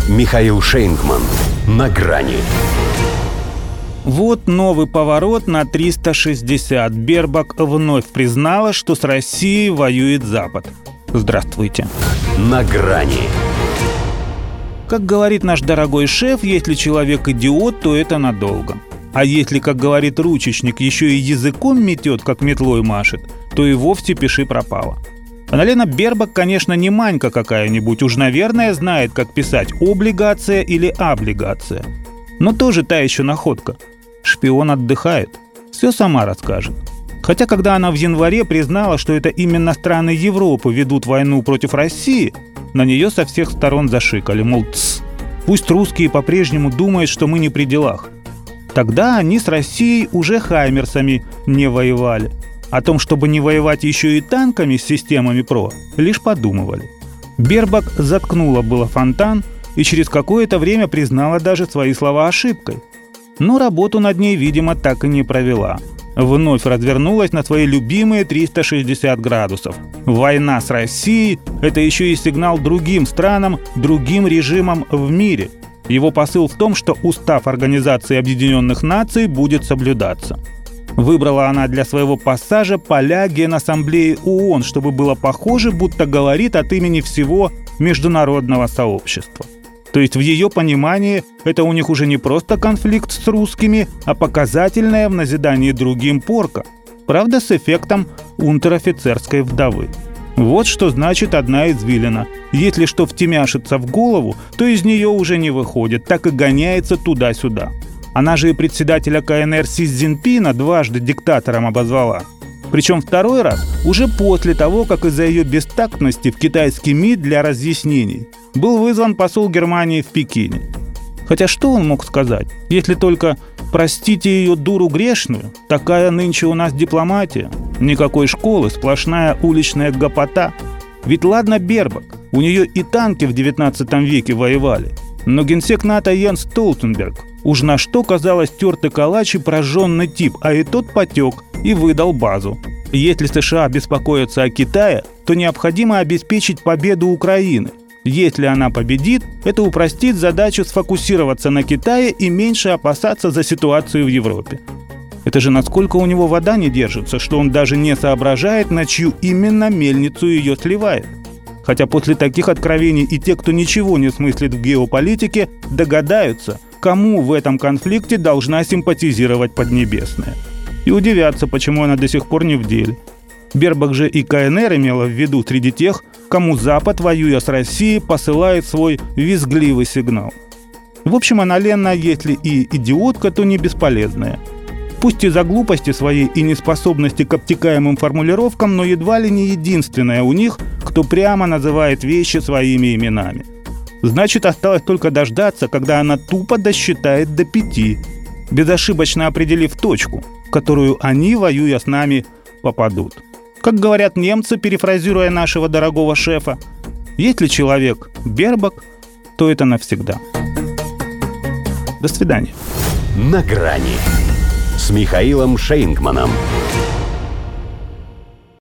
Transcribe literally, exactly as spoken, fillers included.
Михаил Шейнгман. На грани. Вот новый поворот на триста шестьдесят. Бербак вновь признала, что с Россией воюет Запад. Здравствуйте. На грани. Как говорит наш дорогой шеф, если человек идиот, то это надолго. А если, как говорит ручечник, еще и языком метет, как метлой машет, то и вовсе пиши пропало. Анналена Бербак, конечно, не манька какая-нибудь, уж, наверное, знает, как писать «облигация» или «облигация». Но тоже та еще находка. Шпион отдыхает. Все сама расскажет. Хотя, когда она в январе признала, что это именно страны Европы ведут войну против России, на нее со всех сторон зашикали, мол, тсс, пусть русские по-прежнему думают, что мы не при делах. Тогда они с Россией уже хаймерсами не воевали. О том, чтобы не воевать еще и танками с системами ПРО, лишь подумывали. Бербак заткнула было фонтан и через какое-то время признала даже свои слова ошибкой. Но работу над ней, видимо, так и не провела. Вновь развернулась на свои любимые триста шестьдесят градусов. Война с Россией – это еще и сигнал другим странам, другим режимам в мире. Его посыл в том, что устав Организации Объединенных Наций будет соблюдаться. Выбрала она для своего пассажа поля Генассамблеи ООН, чтобы было похоже, будто говорит от имени всего международного сообщества. То есть в ее понимании это у них уже не просто конфликт с русскими, а показательная в назидании другим порка. Правда, с эффектом унтер-офицерской вдовы. Вот что значит одна извилина. Если что втемяшится в голову, то из нее уже не выходит, так и гоняется туда-сюда. Она же и председателя КНР Си Цзиньпина дважды диктатором обозвала. Причем второй раз уже после того, как из-за ее бестактности в китайский МИД для разъяснений был вызван посол Германии в Пекине. Хотя что он мог сказать, если только «простите ее дуру грешную, такая нынче у нас дипломатия, никакой школы, сплошная уличная гопота». Ведь ладно Бербак, у нее и танки в девятнадцатом веке воевали, но генсек НАТО Йенс Столтенберг уж на что, казалось, тертый калач и прожженный тип, а и тот потек и выдал базу. Если США беспокоятся о Китае, то необходимо обеспечить победу Украины. Если она победит, это упростит задачу сфокусироваться на Китае и меньше опасаться за ситуацию в Европе. Это же насколько у него вода не держится, что он даже не соображает, на чью именно мельницу ее сливает. Хотя после таких откровений и те, кто ничего не смыслит в геополитике, догадаются, кому в этом конфликте должна симпатизировать Поднебесная. И удивятся, почему она до сих пор не в деле. Бербак же и КНР имела в виду среди тех, кому Запад, воюя с Россией, посылает свой визгливый сигнал. В общем, Анналена, если и идиотка, то не бесполезная. Пусть из-за глупости своей и неспособности к обтекаемым формулировкам, но едва ли не единственная у них, кто прямо называет вещи своими именами. Значит, осталось только дождаться, когда она тупо досчитает до пяти, безошибочно определив точку, в которую они, воюя с нами, попадут. Как говорят немцы, перефразируя нашего дорогого шефа, если человек Бербак, то это навсегда. До свидания. На грани с Михаилом Шейнгманом.